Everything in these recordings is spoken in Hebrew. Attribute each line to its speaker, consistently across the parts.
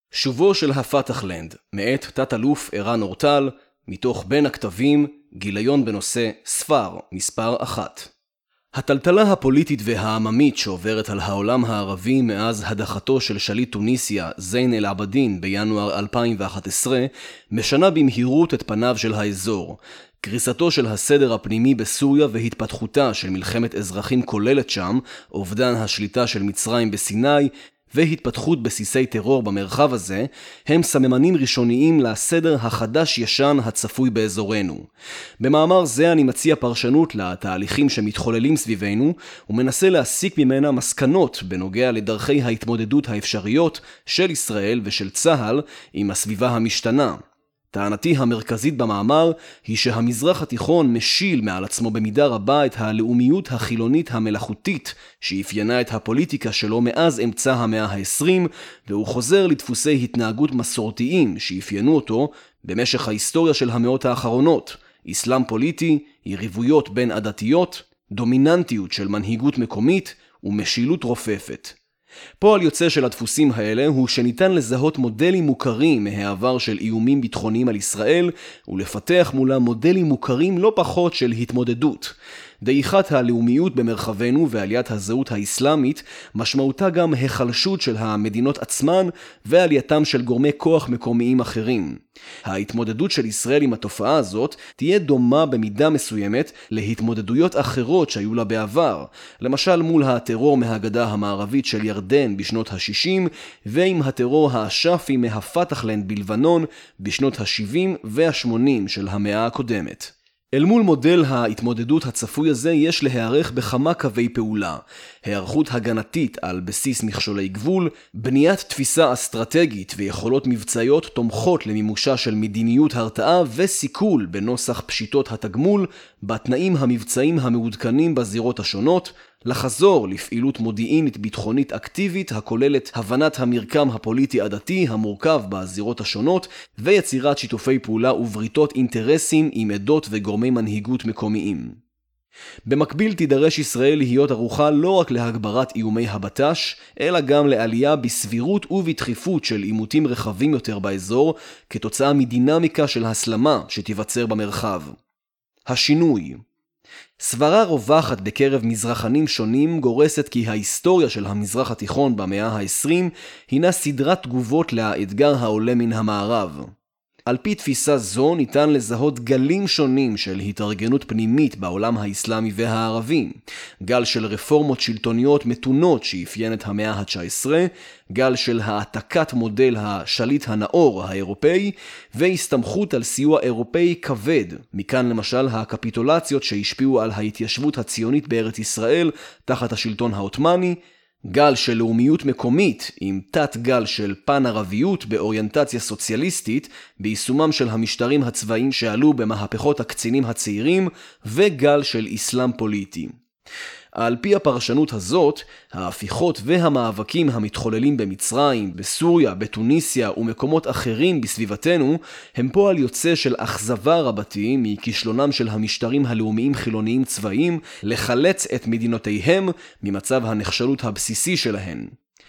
Speaker 1: שובו של הפתחלנד, מאת תת-אלוף ערן אורטל, מתוך בין הכתבים, גיליון בנושא ספר, מספר 1. הטלטלה הפוליטית והעממית שעוברת על העולם הערבי מאז הדחתו של שליט טוניסיה זין אל-עבדין בינואר 2011 משנה במהירות את פניו של האזור. קריסתו של הסדר הפנימי בסוריה והתפתחותה של מלחמת אזרחים כוללת שם, אובדן השליטה של מצרים בסיני והתפתחות בסיסי טרור במרחב הזה, הם סממנים ראשוניים לסדר החדש-ישן הצפוי באזורנו. במאמר זה אני מציע פרשנות לתהליכים שמתחוללים סביבנו, ומנסה להסיק ממנה מסקנות בנוגע לדרכי ההתמודדות האפשריות של ישראל ושל צה"ל עם הסביבה המשתנה. טענתי המרכזית במאמר היא שהמזרח התיכון משיל מעל עצמו במידה רבה את הלאומיות החילונית המלאכותית שאפיינה את הפוליטיקה שלו מאז אמצע המאה ה-20, והוא חוזר לדפוסי התנהגות מסורתיים שאפיינו אותו במשך ההיסטוריה של המאות האחרונות: אסלאם פוליטי, יריבויות בין עדתיות, דומיננטיות של מנהיגות מקומית ומשילות רופפת. פועל יוצא של הדפוסים האלה הוא שניתן לזהות מודלים מוכרים מהעבר של איומים ביטחוניים על ישראל ולפתח מולם מודלים מוכרים לא פחות של התמודדות. דעיכת הלאומיות במרחבנו ועליית הזהות האסלאמית משמעותה גם החלשות של המדינות עצמן ועלייתם של גורמי כוח מקומיים אחרים. ההתמודדות של ישראל עם התופעה הזאת תהיה דומה במידה מסוימת להתמודדויות אחרות שהיו לה בעבר, למשל מול הטרור מהגדה המערבית של ירדן בשנות ה-60 ועם הטרור האש"פי מהפתחלנד בלבנון בשנות ה-70 וה-80 של המאה הקודמת. אל מול מודל ההתמודדות הצפוי הזה יש להיערך בכמה קווי פעולה: היערכות הגנתית על בסיס מכשולי גבול, בניית תפיסה אסטרטגית ויכולות מבצעיות תומכות למימושה של מדיניות הרתעה וסיכול בנוסח פשיטות התגמול בתנאים המבצעיים המעודכנים בזירות השונות, לחזור לפעילות מודיעינית ביטחונית אקטיבית הכוללת הבנת המרקם הפוליטי עדתי המורכב בזירות השונות ויצירת שיתופי פעולה ובריתות אינטרסים עם עדות וגורמי מנהיגות מקומיים. במקביל תידרש ישראל להיות ערוכה לא רק להגברת איומי הבט"ש, אלא גם לעלייה בסבירות ובדחיפות של עימותים רחבים יותר באזור כתוצאה מדינמיקה של הסלמה שתיווצר במרחב. השינוי. סברה רווחת בקרב מזרחנים שונים גורסת כי ההיסטוריה של המזרח התיכון במאה ה-20 הינה סדרת תגובות לאתגר העולה מן המערב. על פי תפיסה זו ניתן לזהות גלים שונים של התארגנות פנימית בעולם האסלאמי והערבי: גל של רפורמות שלטוניות מתונות שאפיין את המאה ה-19, גל של העתקת מודל השליט הנאור האירופאי, והסתמכות על סיוע אירופאי כבד, מכאן למשל הקפיטולציות שהשפיעו על ההתיישבות הציונית בארץ ישראל תחת השלטון העות'מאני, גל של לאומיות מקומית עם תת גל של פן ערביות באוריינטציה סוציאליסטית ביישומם של המשטרים הצבאיים שעלו במהפכות הקצינים הצעירים, וגל של אסלאם פוליטי. על פי הפרשנות הזאת, ההפיכות והמאבקים המתחוללים במצרים, בסוריה, בתוניסיה ומקומות אחרים בסביבתנו הם פועל יוצא של אכזבה רבתי מכישלונם של המשטרים הלאומיים חילוניים צבאיים לחלץ את מדינותיהם ממצב הנחשלות הבסיסי שלהן.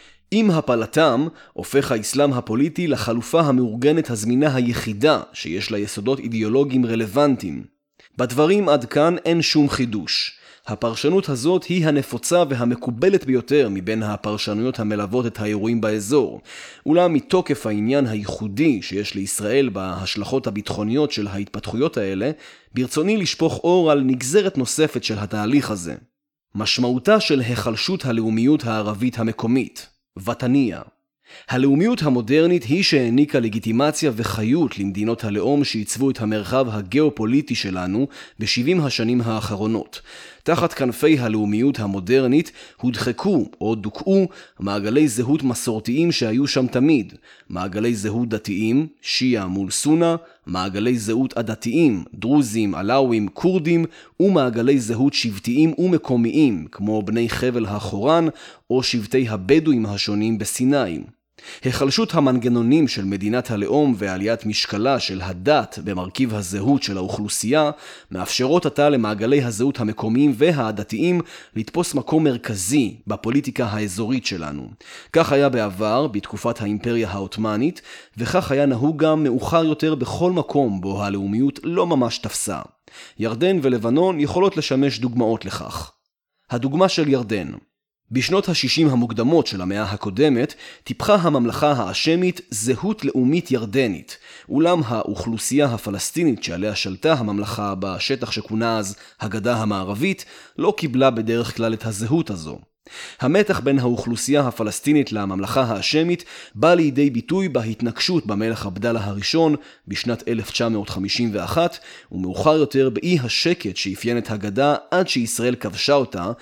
Speaker 1: עם הפלתם הופך האסלאם הפוליטי לחלופה המאורגנת הזמינה היחידה שיש לה יסודות אידיאולוגיים רלוונטיים. בדברים עד כאן אין שום חידוש. הפרשנות הזאת היא הנפוצה והמקובלת ביותר מבין הפרשנויות המלוות את האירועים באזור. אולם מתוקף העניין הייחודי שיש לישראל בהשלכות הביטחוניות של ההתפתחויות האלה, ברצוני לשפוך אור על נגזרת נוספת של התהליך הזה. משמעותה של החלשות הלאומיות הערבית המקומית, וטניה. הלאומיות המודרנית היא שהעניקה לגיטימציה וחיות למדינות הלאום שעיצבו את המרחב הגיאופוליטי שלנו ב-70 השנים האחרונות. תחת כנפי הלאומיות המודרנית הודחקו או דוכאו מעגלי זהות מסורתיים שהיו שם תמיד: מעגלי זהות דתיים, שיעה מול סונה, מעגלי זהות עדתיים, דרוזים, עלאווים, קורדים, ומעגלי זהות שבטיים ומקומיים כמו בני חבל החורן או שבטי הבדואים השונים בסיני. החלשות המנגנונים של מדינת הלאום ועליית משקלה של הדת במרכיב הזהות של האוכלוסייה מאפשרות עתה למעגלי הזהות המקומיים והעדתיים לתפוס מקום מרכזי בפוליטיקה האזורית שלנו. כך היה בעבר בתקופת האימפריה העות'מאנית, וכך היה נהוג גם מאוחר יותר בכל מקום בו הלאומיות לא ממש תפסה. ירדן ולבנון יכולות לשמש דוגמאות לכך. הדוגמה של ירדן. בשנות ה-60 המוקדמות של המאה הקודמת טיפחה הממלכה האשמית זהות לאומית ירדנית, אולם האוכלוסייה הפלסטינית שעליה שלטה הממלכה בשטח שכונה אז הגדה המערבית לא קיבלה בדרך כלל את הזהות הזו. המתח בין האוכלוסייה הפלסטינית לממלכה האשמית בא לידי ביטוי בהתנקשות במלך עבדאללה הראשון בשנת 1951, ומאוחר יותר באי השקט שאפיין את הגדה עד שישראל כבשה אותה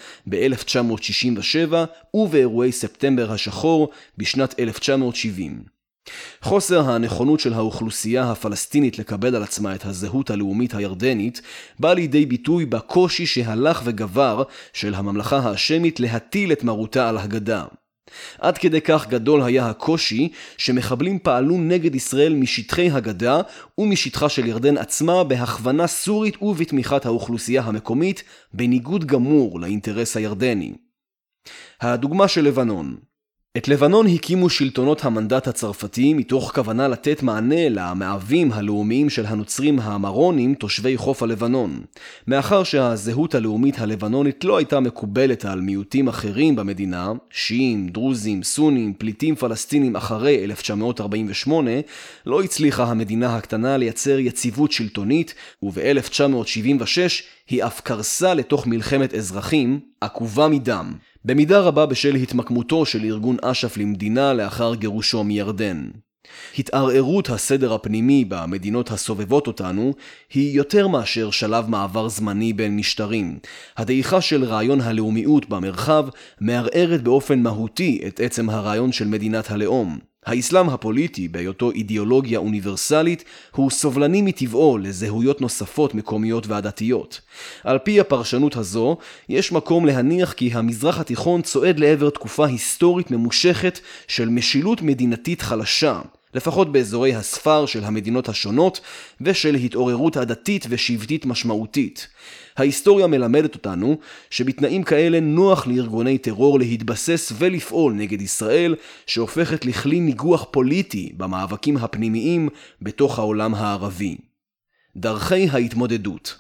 Speaker 1: ב-1967 ובאירועי ספטמבר השחור בשנת 1970. חוסר הנכונות של האוכלוסייה הפלסטינית לקבל על עצמה את הזהות הלאומית הירדנית בא לידי ביטוי בקושי שהלך וגבר של הממלכה האשמית להטיל את מרותה על הגדה. עד כדי כך גדול היה הקושי שמחבלים פעלו נגד ישראל משטחי הגדה ומשטחה של ירדן עצמה בהכוונה סורית ובתמיכת האוכלוסייה המקומית, בניגוד גמור לאינטרס הירדני. הדוגמה של לבנון. את לבנון הקימו שלטונות המנדט הצרפתי מתוך כוונה לתת מענה למאהבים הלאומיים של הנוצרים המרונים תושבי חוף הלבנון. מאחר שהזהות הלאומית הלבנונית לא הייתה מקובלת על מיעוטים אחרים במדינה, שיעים, דרוזים, סונים, פליטים פלסטינים אחרי 1948, לא הצליחה המדינה הקטנה לייצר יציבות שלטונית, וב-1976 היא אף קרסה לתוך מלחמת אזרחים עקובה מדם. במידה רבה בשל התמקמותו של ארגון אש"ף למדינה לאחר גירושו מירדן. התערערות הסדר הפנימי במדינות הסובבות אותנו היא יותר מאשר שלב מעבר זמני בין משטרים. הדעיכה של רעיון הלאומיות במרחב מערערת באופן מהותי את עצם הרעיון של מדינת הלאום. האסלאם הפוליטי, בהיותו אידיאולוגיה אוניברסלית, הוא סובלני מטבעו לזהויות נוספות מקומיות ועדתיות. על פי הפרשנות הזו, יש מקום להניח כי המזרח התיכון צועד לעבר תקופה היסטורית ממושכת של משילות מדינתית חלשה, לפחות באזורי הספר של המדינות השונות, ושל התעוררות עדתית ושבטית משמעותית. ההיסטוריה מלמדת אותנו שבתנאים כאלה נוח לארגוני טרור להתבסס ולפעול נגד ישראל, שהופכת לכלי ניגוח פוליטי במאבקים הפנימיים בתוך העולם הערבי. דרכי ההתמודדות.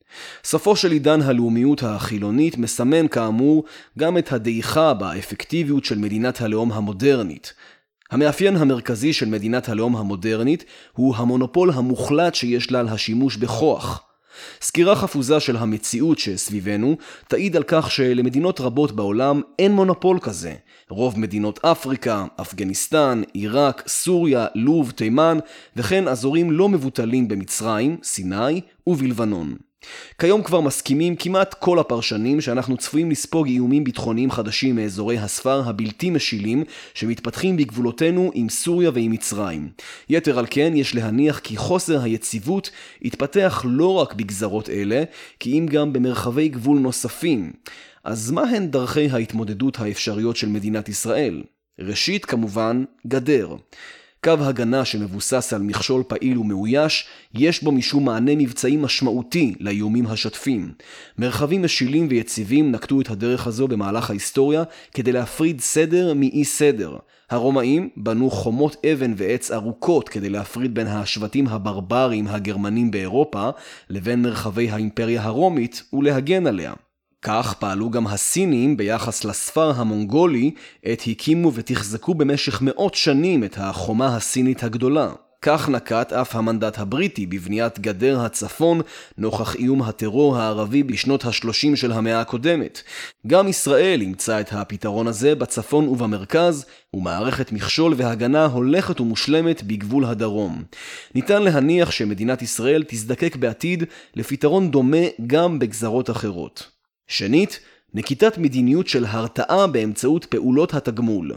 Speaker 1: סופו של עידן הלאומיות החילונית מסמן כאמור גם את הדעיכה באפקטיביות של מדינת הלאום המודרנית. המאפיין המרכזי של מדינת הלאום המודרנית הוא המונופול המוחלט שיש לה על השימוש בכוח. סקירה חפוזה של המציאות שסביבנו תעיד על כך שלמדינות רבות בעולם אין מונופול כזה. רוב מדינות אפריקה, אפגניסטן, עיראק, סוריה, לוב, תימן וכן אזורים לא מבוטלים במצרים, סיני ובלבנון. כיום כבר מסכימים כמעט כל הפרשנים שאנחנו צפויים לספוג איומים ביטחוניים חדשים מאזורי הספר הבלתי משילים שמתפתחים בגבולותינו עם סוריה ועם מצרים. יתר על כן יש להניח כי חוסר היציבות יתפתח לא רק בגזרות אלה, כי אם גם במרחבי גבול נוספים. אז מה הן דרכי ההתמודדות האפשריות של מדינת ישראל? ראשית כמובן גדר. קו הגנה שמבוסס על מכשול פעיל ומאויש, יש בו משום מענה מבצעי משמעותי לאיומים השתפים. מרחבים משילים ויציבים נקטו את הדרך הזו במהלך ההיסטוריה כדי להפריד סדר מאי סדר. הרומאים בנו חומות אבן ועץ ארוכות כדי להפריד בין השבטים הברברים הגרמנים באירופה לבין מרחבי האימפריה הרומית ולהגן עליה. כך פעלו גם הסינים ביחס לספר המונגולי, עת הקימו ותחזקו במשך מאות שנים את החומה הסינית הגדולה. כך נקט אף המנדט הבריטי בבניית גדר הצפון נוכח איום הטרור הערבי בשנות ה-30 של המאה הקודמת. גם ישראל אימצה את הפתרון הזה בצפון ובמרכז, ומערכת מכשול והגנה הולכת ומושלמת בגבול הדרום. ניתן להניח שמדינת ישראל תזדקק בעתיד לפתרון דומה גם בגזרות אחרות. שנית, נקיטת מדיניות של הרתעה באמצעות פעולות התגמול.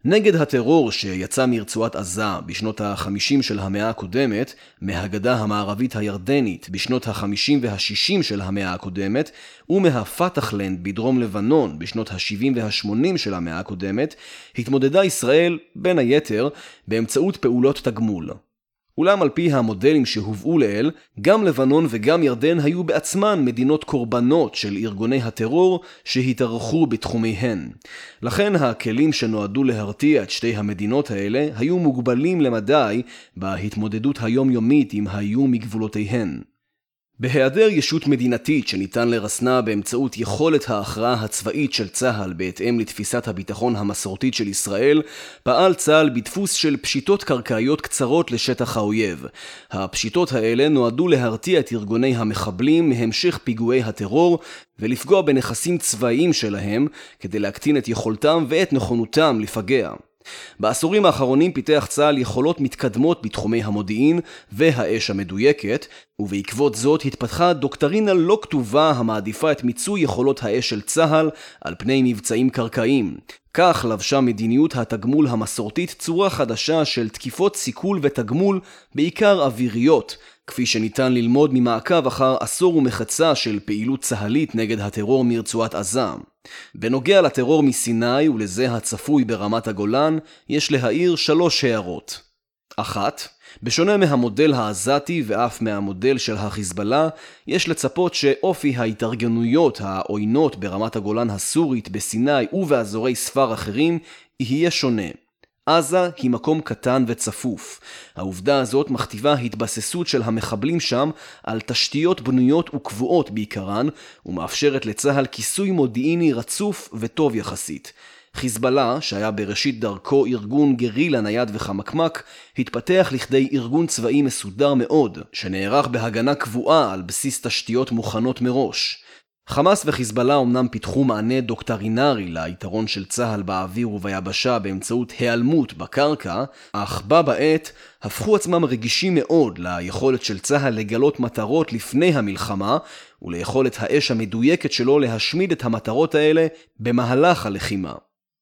Speaker 1: נגד הטרור שיצא מרצועת עזה בשנות ה-50 של המאה הקודמת, מהגדה המערבית הירדנית בשנות ה-50 וה-60 של המאה הקודמת, ומהפתחלנד בדרום לבנון בשנות ה-70 וה-80 של המאה הקודמת, התמודדה ישראל, בין היתר, באמצעות פעולות תגמול. אולם על פי המודלים שהובאו לעיל, גם לבנון וגם ירדן היו בעצמן מדינות קורבנות של ארגוני הטרור שהתארחו בתחומיהן. לכן הכלים שנועדו להרתיע את שתי המדינות האלה היו מוגבלים למדי בהתמודדות היומיומית עם האיום מגבולותיהן. בהיעדר ישות מדינתית שניתן לרסנה באמצעות יכולת ההכרעה הצבאית של צה"ל בהתאם לתפיסת הביטחון המסורתית של ישראל, פעל צה"ל בדפוס של פשיטות קרקעיות קצרות לשטח האויב. הפשיטות האלה נועדו להרתיע את ארגוני המחבלים מהמשך פיגועי הטרור ולפגוע בנכסים צבאיים שלהם כדי להקטין את יכולתם ואת נכונותם לפגע. בעשורים האחרונים פיתח צה"ל יכולות מתקדמות בתחומי המודיעין והאש המדויקת, ובעקבות זאת התפתחה דוקטרינה לא כתובה המעדיפה את מיצוי יכולות האש של צה"ל על פני מבצעים קרקעיים. כך לבשה מדיניות התגמול המסורתית צורה חדשה של תקיפות סיכול ותגמול, בעיקר אוויריות, כפי שניתן ללמוד ממעקב אחר עשור ומחצה של פעילות צהלית נגד הטרור מרצועת עזה. בנוגע לטרור מסיני ולזה הצפוי ברמת הגולן, יש להעיר 3 הערות. 1. בשונה מהמודל העזתי ואף מהמודל של החיזבאללה, יש לצפות שאופי ההתארגנויות העוינות ברמת הגולן הסורית, בסיני ובאזורי ספר אחרים יהיה שונה. עזה היא מקום קטן וצפוף. העובדה הזאת מכתיבה התבססות של המחבלים שם על תשתיות בנויות וקבועות בעיקרן, ומאפשרת לצה"ל כיסוי מודיעיני רצוף וטוב יחסית. חיזבאללה, שהיה בראשית דרכו ארגון גרילה נייד וחמקמק, התפתח לכדי ארגון צבאי מסודר מאוד, שנערך בהגנה קבועה על בסיס תשתיות מוכנות מראש. חמאס וחיזבאללה אומנם פיתחו מענה דוקטרינרי ליתרון של צה"ל באוויר וביבשה באמצעות היעלמות בקרקע, אך בה בעת הפכו עצמם רגישים מאוד ליכולת של צה"ל לגלות מטרות לפני המלחמה, וליכולת האש המדויקת שלו להשמיד את המטרות האלה במהלך הלחימה.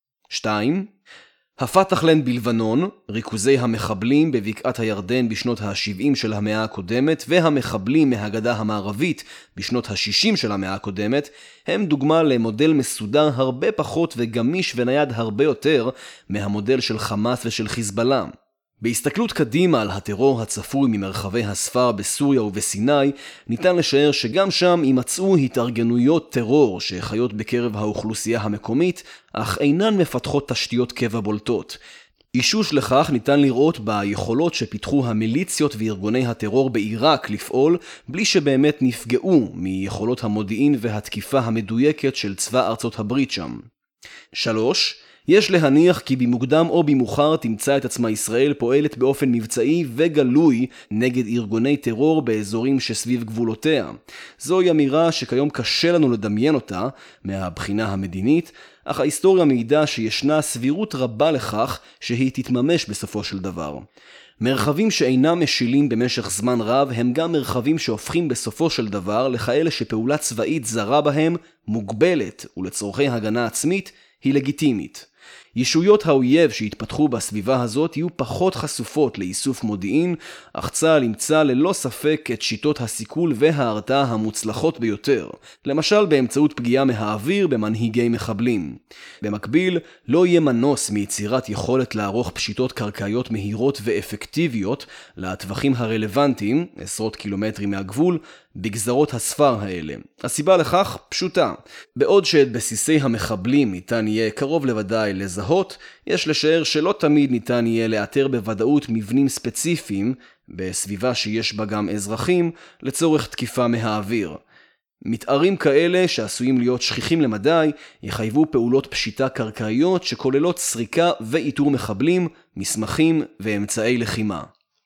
Speaker 1: 2. הפתחלנד בלבנון, ריכוזי המחבלים בבקעת הירדן בשנות ה-70 של המאה הקודמת והמחבלים מהגדה המערבית בשנות ה-60 של המאה הקודמת, הם דוגמה למודל מסודר הרבה פחות וגמיש ונייד הרבה יותר מהמודל של חמאס ושל חיזבאללה. בהסתכלות קדימה על הטרור הצפוי ממרחבי הספר בסוריה ובסיני, ניתן לשער שגם שם יימצאו התארגנויות טרור שחיות בקרב האוכלוסייה המקומית, אך אינן מפתחות תשתיות קבע בולטות. אישוש לכך ניתן לראות ביכולות שפיתחו המיליציות וארגוני הטרור בעיראק לפעול, בלי שבאמת נפגעו מיכולות המודיעין והתקיפה המדויקת של צבא ארצות הברית שם. 3. יש להניח כי במוקדם או במאוחר תמצא את עצמה ישראל פועלת באופן מבצעי וגלוי נגד ארגוני טרור באזורים שסביב גבולותיה. זוהי אמירה שכיום קשה לנו לדמיין אותה מהבחינה המדינית, אך ההיסטוריה מעידה שישנה סבירות רבה לכך שהיא תתממש בסופו של דבר. מרחבים שאינם משילים במשך זמן רב הם גם מרחבים שהופכים בסופו של דבר לכאלה שפעולה צבאית זרה בהם מוגבלת ולצורכי הגנה עצמית היא לגיטימית. ישויות האויב שהתפתחו בסביבה הזאת יהיו פחות חשופות לאיסוף מודיעין, אך צה"ל ימצא ללא ספק את שיטות הסיכול וההרתעה המוצלחות ביותר, למשל באמצעות פגיעה מהאוויר במנהיגי מחבלים. במקביל, לא יהיה מנוס מיצירת יכולת לערוך פשיטות קרקעיות מהירות ואפקטיביות לטווחים הרלוונטיים, עשרות קילומטרים מהגבול, בגזרות הספר האלה. הסיבה לכך פשוטה. בעוד שאת בסיסי המחבלים ניתן יהיה קרוב לוודאי לזהות, יש לשער שלא תמיד ניתן יהיה לאתר בוודאות מבנים ספציפיים, בסביבה שיש בה גם אזרחים, לצורך תקיפה מהאוויר. מתארים כאלה שעשויים להיות שכיחים למדי, יחייבו פעולות פשיטה קרקעיות שכוללות סריקה ואיתור מחבלים, מסמכים ואמצעי לחימה.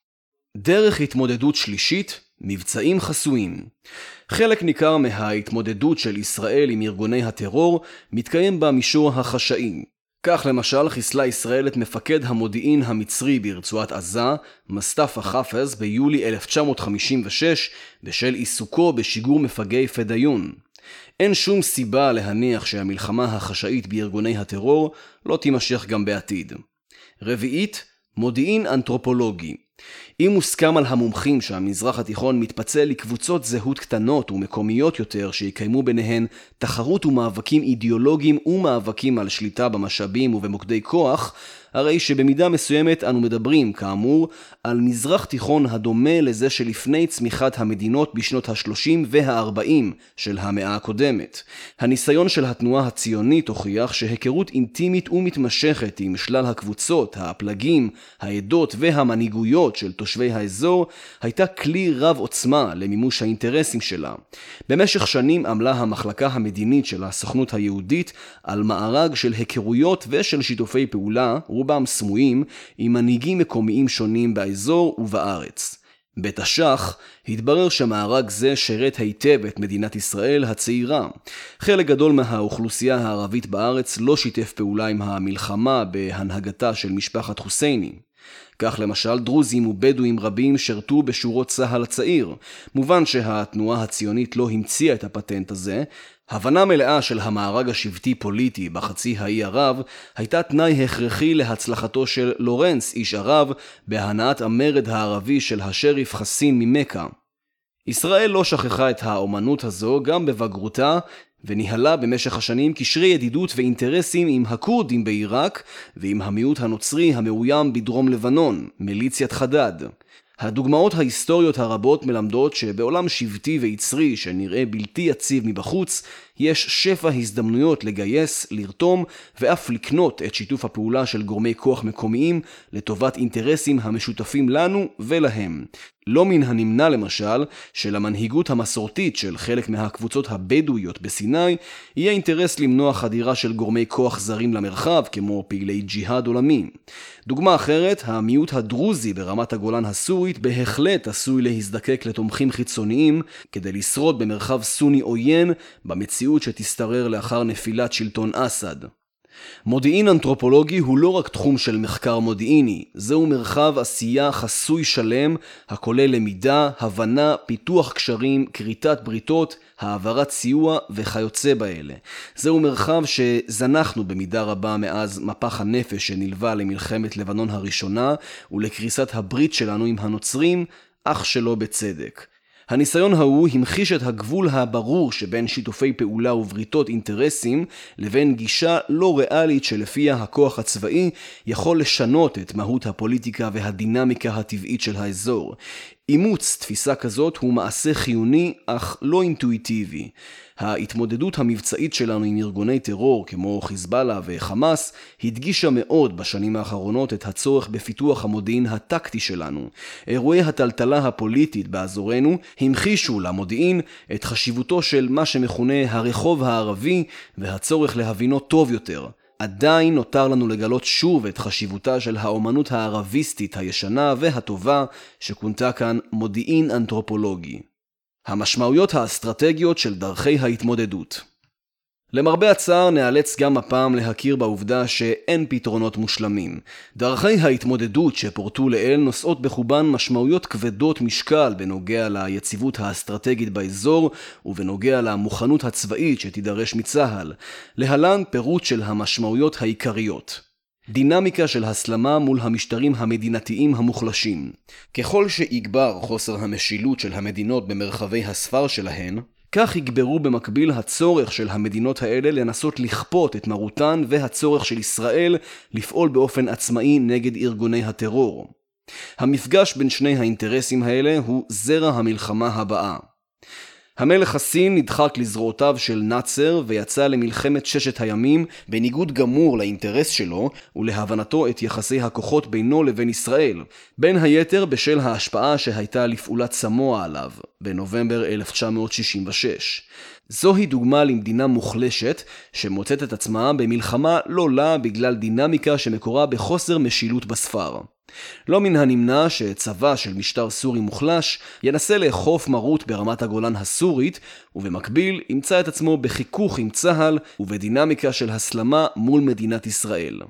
Speaker 1: דרך התמודדות שלישית, מבצעים חסויים. חלק ניכר מההתמודדות של ישראל עם ארגוני הטרור מתקיים במישור החשאי. כך למשל חיסלה ישראל את מפקד המודיעין המצרי ברצועת עזה, מסטפא חאפז, ביולי 1956 בשל עיסוקו בשיגור מפגעי פדאיון. אין שום סיבה להניח שהמלחמה החשאית בארגוני הטרור לא תימשך גם בעתיד. רביעית, מודיעין אנתרופולוגי. אם מוסכם על המומחים שהמזרח התיכון מתפצל לקבוצות זהות קטנות ומקומיות יותר שיקיימו ביניהן תחרות ומאבקים אידיאולוגיים ומאבקים על שליטה במשאבים ובמוקדי כוח, הרי שבמידה מסוימת אנו מדברים, כאמור, על מזרח תיכון הדומה לזה שלפני צמיחת המדינות בשנות ה-30 וה-40 של המאה הקודמת. הניסיון של התנועה הציונית הוכיח שהיכרות אינטימית ומתמשכת עם שלל הקבוצות, הפלגים, העדות והמנהיגויות של תושבי האזור הייתה כלי רב עוצמה למימוש האינטרסים שלה. במשך שנים עמלה המחלקה המדינית של הסוכנות היהודית על מארג של היכרויות ושל שיתופי פעולה, רובם סמויים, עם מנהיגים מקומיים שונים באזור ובארץ. בתש"ח התברר שמארג זה שרת היטב את מדינת ישראל הצעירה. חלק גדול מהאוכלוסייה הערבית בארץ לא שיתף פעולה עם המלחמה בהנהגתה של משפחת חוסייני. כך למשל דרוזים ובדואים רבים שרתו בשורות צה"ל הצעיר. מובן שהתנועה הציונית לא המציאה את הפטנט הזה. הבנה מלאה של המארג השבטי-פוליטי בחצי האי ערב הייתה תנאי הכרחי להצלחתו של לורנס איש ערב בהנעת המרד הערבי של השריף חסין ממכה. ישראל לא שכחה את האומנות הזו גם בבגרותה, וניהלה במשך השנים קשרי ידידות ואינטרסים עם הקורדים בעיראק ועם המיעוט הנוצרי המאוים בדרום לבנון, מיליציית חדד. הדוגמאות ההיסטוריות הרבות מלמדות שבעולם שבטי ויצרי שנראה בלתי יציב מבחוץ, יש שפע הזדמנויות לגייס, לרתום ואף לקנות את שיתוף הפעולה של גורמי כוח מקומיים לטובת אינטרסים המשותפים לנו ולהם. לא מן הנמנע למשל שלמנהיגות המסורתית של חלק מהקבוצות הבדואיות בסיני יהיה אינטרס למנוע חדירה של גורמי כוח זרים למרחב כמו פעילי ג'יהאד עולמי. דוגמה אחרת, המיעוט הדרוזי ברמת הגולן הסורית בהחלט עשוי להזדקק לתומכים חיצוניים כדי לשרוד במרחב סוני עוין במציאות שתסתרר לאחר נפילת שלטון אסד. מודיעין אנתרופולוגי הוא לא רק תחום של מחקר מודיעיני, זהו מרחב עשייה חסוי שלם, הכולל למידה, הבנה, פיתוח קשרים, כריתת בריתות, העברת סיוע וכיוצא באלה. זהו מרחב שזנחנו במידה רבה מאז מפח הנפש שנלווה למלחמת לבנון הראשונה ולקריסת הברית שלנו עם הנוצרים, אך שלא בצדק. הניסיון ההוא המחיש את הגבול הברור שבין שיתופי פעולה ובריתות אינטרסים לבין גישה לא ריאלית שלפיה הכוח הצבאי יכול לשנות את מהות הפוליטיקה והדינמיקה הטבעית של האזור. אימוץ תפיסה כזאת הוא מעשה חיוני אך לא אינטואיטיבי. ההתמודדות המבצעית שלנו עם ארגוני טרור כמו חיזבאללה וחמאס הדגישה מאוד בשנים האחרונות את הצורך בפיתוח המודיעין הטקטי שלנו. אירועי הטלטלה הפוליטית באזורנו המחישו למודיעין את חשיבותו של מה שמכונה הרחוב הערבי והצורך להבינו טוב יותר. עדיין נותר לנו לגלות שוב את חשיבותה של האומנות הערביסטית הישנה והטובה שכונתה כאן מודיעין אנתרופולוגי. המשמעויות האסטרטגיות של דרכי ההתמודדות. למרבה הצער נאלץ גם הפעם להכיר בעובדה שאין פתרונות מושלמים. דרכי ההתמודדות שפורטו לעיל נושאות בחובן משמעויות כבדות משקל בנוגע ליציבות האסטרטגית באזור ובנוגע למוכנות הצבאית שתידרש מצה"ל. להלן פירוט של המשמעויות העיקריות. דינמיקה של הסלמה מול המשטרים המדינתיים המוחלשים. ככל שיגבר חוסר המשילות של המדינות במרחבי הספר שלהן, כך יגברו במקביל הצורך של המדינות האלה לנסות לכפות את מרותן והצורך של ישראל לפעול באופן עצמאי נגד ארגוני הטרור. המפגש בין שני האינטרסים האלה הוא זרע המלחמה הבאה. המלך חסין נדחק לזרועותיו של נאצר ויצא למלחמת ששת הימים בניגוד גמור לאינטרס שלו ולהבנתו את יחסי הכוחות בינו לבין ישראל, בין היתר בשל ההשפעה שהייתה לפעולת סמואה עליו בנובמבר 1966. זוהי דוגמה למדינה מוחלשת שמוצאת את עצמה במלחמה לא לה בגלל דינמיקה שמקורה בחוסר משילות בספר. לא מן הנמנע שצבא של משטר סורי מוחלש ינסה לאכוף מרות ברמת הגולן הסורית ובמקביל ימצא את עצמו בחיכוך עם צה"ל ובדינמיקה של הסלמה מול מדינת ישראל.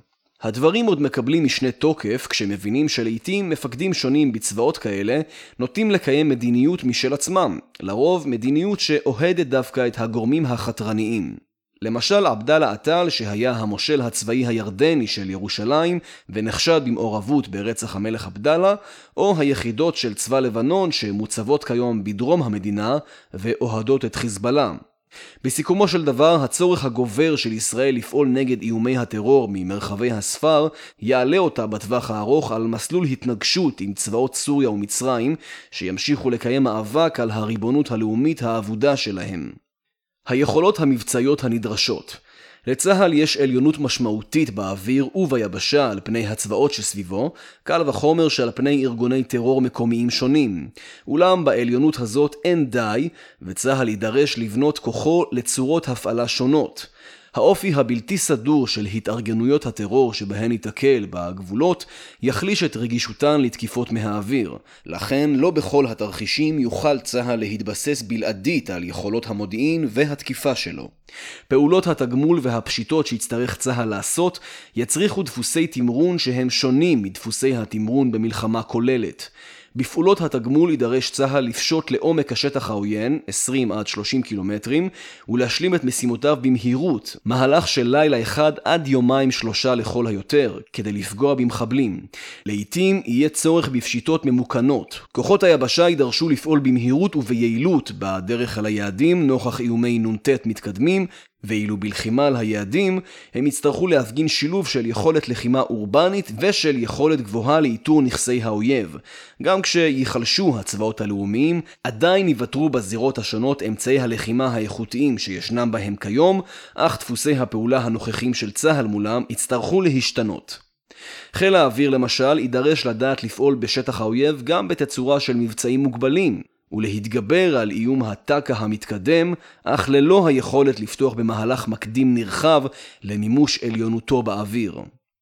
Speaker 1: הדברים עוד מקבלים משנה תוקף כשמבינים שלעיתים מפקדים שונים בצבאות כאלה נוטים לקיים מדיניות משל עצמם, לרוב מדיניות שאוהדת דווקא את הגורמים החתרניים. למשל עבדאללה עטאל שהיה המושל הצבאי הירדני של ירושלים ונחשד במעורבות ברצח המלך עבדאללה, או היחידות של צבא לבנון שמוצבות כיום בדרום המדינה ואוהדות את חיזבאללה. בסיכומו של דבר, הצורך הגובר של ישראל לפעול נגד איומי הטרור ממרחבי הספר יעלה אותה בטווח הארוך על מסלול התנגשות עם צבאות סוריה ומצרים שימשיכו לקיים מאבק על הריבונות הלאומית האבודה שלהם. היכולות המבצעיות הנדרשות. לצה"ל יש עליונות משמעותית באוויר וביבשה על פני הצבאות שסביבו, קל וחומר שעל פני ארגוני טרור מקומיים שונים. אולם בעליונות הזאת אין די, וצה"ל יידרש לבנות כוחו לצורות הפעלה שונות. האופי הבלתי סדור של התארגנויות הטרור שבהן ייתקל בגבולות יחליש את רגישותן לתקיפות מהאוויר. לכן לא בכל התרחישים יוכל צה"ל להתבסס בלעדית על יכולות המודיעין והתקיפה שלו. פעולות התגמול והפשיטות שיצטרך צה"ל לעשות יצריכו דפוסי תמרון שהם שונים מדפוסי התמרון במלחמה כוללת. בפעולות התגמול יידרש צה"ל לפשוט לעומק השטח העוין, 20 עד 30 קילומטרים, ולהשלים את משימותיו במהירות, מהלך של לילה אחד עד יומיים 3 לכל היותר, כדי לפגוע במחבלים. לעתים יהיה צורך בפשיטות ממוכנות. כוחות היבשה יידרשו לפעול במהירות וביעילות בדרך על היעדים נוכח איומי נ"ט מתקדמים, ואילו בלחימה על היעדים הם יצטרכו להפגין שילוב של יכולת לחימה אורבנית ושל יכולת גבוהה לאיתור נכסי האויב. גם כשיחלשו הצבאות הלאומיים, עדיין יוותרו בזירות השונות אמצעי הלחימה האיכותיים שישנם בהם כיום, אך דפוסי הפעולה הנוכחים של צה"ל מולם יצטרכו להשתנות. חיל האוויר למשל יידרש לדעת לפעול בשטח האויב גם בתצורה של מבצעים מוגבלים, ולהתגבר על איום הטקה המתקדם, אך ללא היכולת לפתוח במהלך מקדים נרחב למימוש עליונותו באוויר.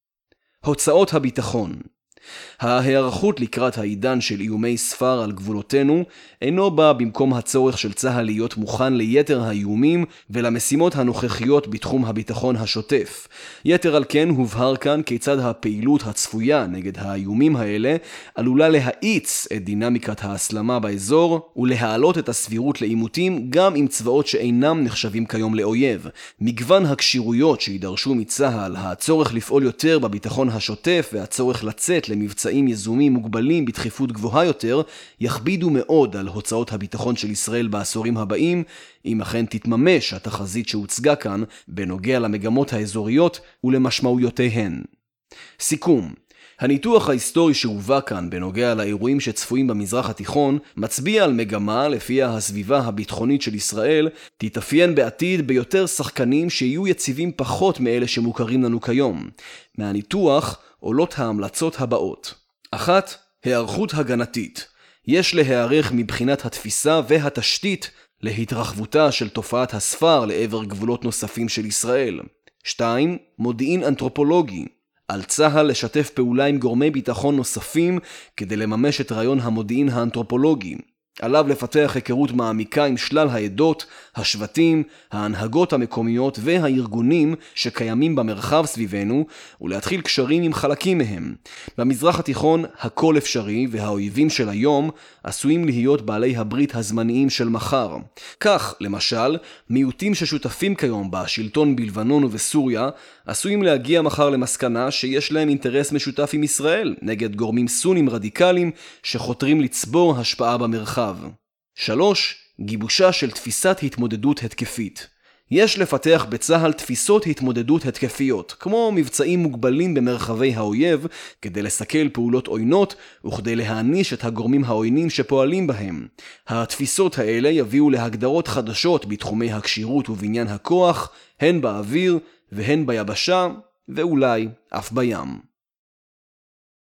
Speaker 1: הוצאות הביטחון. ההיערכות לקראת העידן של איומי ספר על גבולותינו אינו בא במקום הצורך של צה"ל להיות מוכן ליתר האיומים ולמשימות הנוכחיות בתחום הביטחון השוטף. יתר על כן הובהר כאן כיצד הפעילות הצפויה נגד האיומים האלה עלולה להאיץ את דינמיקת ההסלמה באזור ולהעלות את הסבירות לעימותים גם עם צבאות שאינם נחשבים כיום לאויב. מגוון הקשירויות שידרשו מצה"ל, הצורך לפעול יותר בביטחון השוטף והצורך לצאת למבצעים יזומים מוגבלים בדחיפות גבוהה יותר יכבידו מאוד על הוצאות הביטחון של ישראל בעשורים הבאים, אם אכן תתממש התחזית שהוצגה כאן בנוגע למגמות האזוריות ולמשמעויותיהן. סיכום. הניתוח ההיסטורי שהובא כאן בנוגע לאירועים שצפויים במזרח התיכון מצביע על מגמה לפיה הסביבה הביטחונית של ישראל תתאפיין בעתיד ביותר שחקנים שיהיו יציבים פחות מאלה שמוכרים לנו כיום. מהניתוח עולות ההמלצות הבאות. 1. היערכות הגנתית. יש להיערך מבחינת התפיסה והתשתית להתרחבותה של תופעת הספר לעבר גבולות נוספים של ישראל. 2. מודיעין אנתרופולוגי. על צה"ל לשתף פעולה עם גורמי ביטחון נוספים כדי לממש את רעיון המודיעין האנתרופולוגי. עליו לפתח היכרות מעמיקה עם שלל העדות, השבטים, ההנהגות המקומיות והארגונים שקיימים במרחב סביבנו, ולהתחיל קשרים עם חלקים מהם. במזרח התיכון הכל אפשרי, והאויבים של היום עשויים להיות בעלי הברית הזמניים של מחר. כך, למשל, מיעוטים ששותפים כיום בשלטון בלבנון ובסוריה, עשויים להגיע מחר למסקנה שיש להם אינטרס משותף עם ישראל, נגד גורמים סונים רדיקליים שחותרים לצבור השפעה במרחב. 3. גיבושה של תפיסת התמודדות התקפית. יש לפתח בצה"ל תפיסות התמודדות התקפיות, כמו מבצעים מוגבלים במרחבי האויב, כדי לסכל פעולות עוינות וכדי להעניש את הגורמים העוינים שפועלים בהם. התפיסות האלה יביאו להגדרות חדשות בתחומי הקשירות ובניין הכוח, הן באוויר והן ביבשה, ואולי אף בים.